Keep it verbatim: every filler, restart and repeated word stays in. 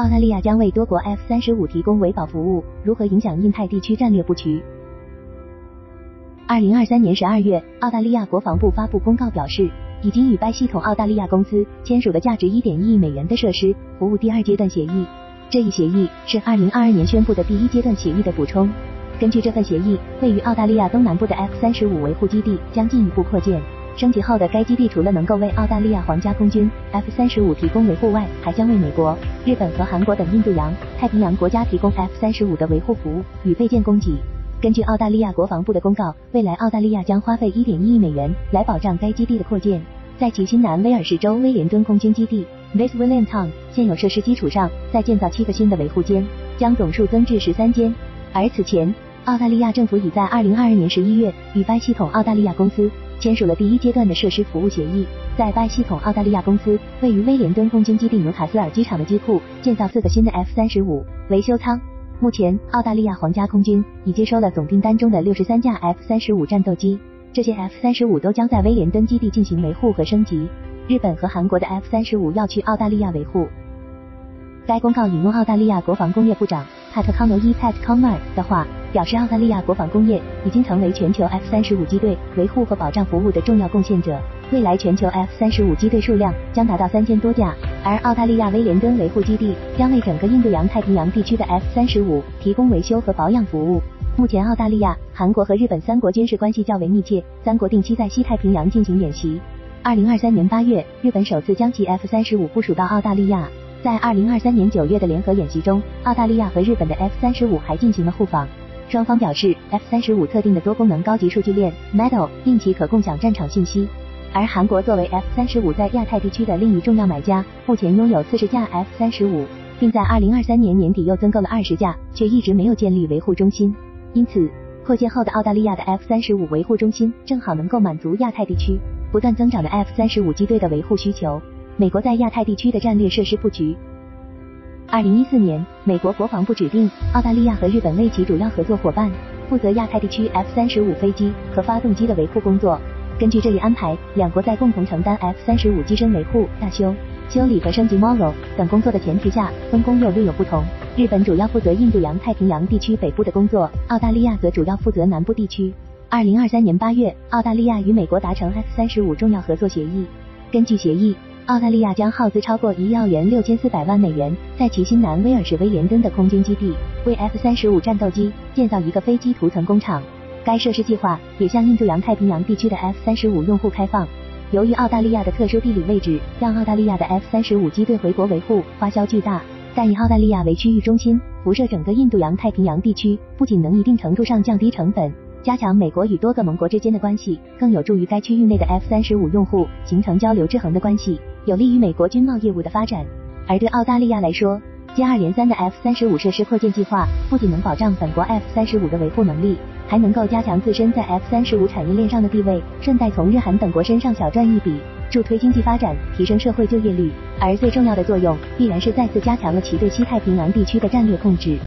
澳大利亚将为多国 F 三十五 提供维保服务，如何影响印太地区战略布局？二零二三年十二月，澳大利亚国防部发布公告表示，已经与 B 系统澳大利亚公司签署了价值 一点一亿美元的设施服务第二阶段协议。这一协议是二零二二年宣布的第一阶段协议的补充。根据这份协议，位于澳大利亚东南部的 F 三十五 维护基地将进一步扩建。升级后的该基地除了能够为澳大利亚皇家空军 F 三十五 提供维护外，还将为美国、日本和韩国等印度洋、太平洋国家提供 F 三十五 的维护服务与备件供给。根据澳大利亚国防部的公告，未来澳大利亚将花费 一点一亿美元来保障该基地的扩建。在其新南威尔士州威廉敦空军基地 Base Williamtown 现有设施基础上，再建造七个新的维护间，将总数增至十三间。而此前，澳大利亚政府已在二零二二年十一月与 B 系统澳大利亚公司签署了第一阶段的设施服务协议，在 B 系统澳大利亚公司位于威廉敦空军基地纽卡斯尔机场的机库建造四个新的 F 三十五 维修舱。目前，澳大利亚皇家空军已接收了总订单中的六十三架 F 三十五 战斗机，这些 F 三十五 都将在威廉敦基地进行维护和升级。日本和韩国的 F 三十五 要去澳大利亚维护。该公告引用澳大利亚国防工业部长帕特康诺伊 Pat Conroy 的话，表示澳大利亚国防工业已经成为全球 F 三十五 机队维护和保障服务的重要贡献者。未来全球 F 三十五 机队数量将达到三千多架，而澳大利亚威廉敦维护基地将为整个印度洋太平洋地区的 F 三十五 提供维修和保养服务。目前，澳大利亚、韩国和日本三国军事关系较为密切，三国定期在西太平洋进行演习。二零二三年八月，日本首次将其 F 三十五 部署到澳大利亚。在二零二三年九月的联合演习中，澳大利亚和日本的 F 三十五 还进行了互访。双方表示 F 三十五 特定的多功能高级数据链 M E D A L 令其可共享战场信息。而韩国作为 F 三十五 在亚太地区的另一重要买家，目前拥有四十架 F 三十五，并在二零二三年年底又增购了二十架，却一直没有建立维护中心。因此，扩建后的澳大利亚的 F 三十五 维护中心正好能够满足亚太地区不断增长的 F 三十五 机队的维护需求。美国在亚太地区的战略设施布局。二零一四年，美国国防部指定澳大利亚和日本为其主要合作伙伴，负责亚太地区 F 三十五 飞机和发动机的维护工作。根据这一安排，两国在共同承担 F 三十五 机身维护、大修、修理和升级 model 等工作的前提下，分工又略有不同。日本主要负责印度洋太平洋地区北部的工作，澳大利亚则主要负责南部地区。二零二三年八月，澳大利亚与美国达成 F 三十五 重要合作协议。根据协议，澳大利亚将耗资超过一亿澳元六千四百万美元，在其新南威尔士威廉敦的空军基地，为 F 三十五 战斗机建造一个飞机涂层工厂。该设施计划也向印度洋太平洋地区的 F 三十五 用户开放。由于澳大利亚的特殊地理位置，让澳大利亚的 F 三十五 机队回国维护花销巨大，但以澳大利亚为区域中心，辐射整个印度洋太平洋地区，不仅能一定程度上降低成本，加强美国与多个盟国之间的关系，更有助于该区域内的 F 三十五 用户形成交流制衡的关系，有利于美国军贸业务的发展。而对澳大利亚来说，接二连三的 F 三十五 设施扩建计划不仅能保障本国 F 三十五 的维护能力，还能够加强自身在 F 三十五 产业链上的地位，顺带从日韩等国身上小赚一笔，助推经济发展，提升社会就业率。而最重要的作用，必然是再次加强了其对西太平洋地区的战略控制。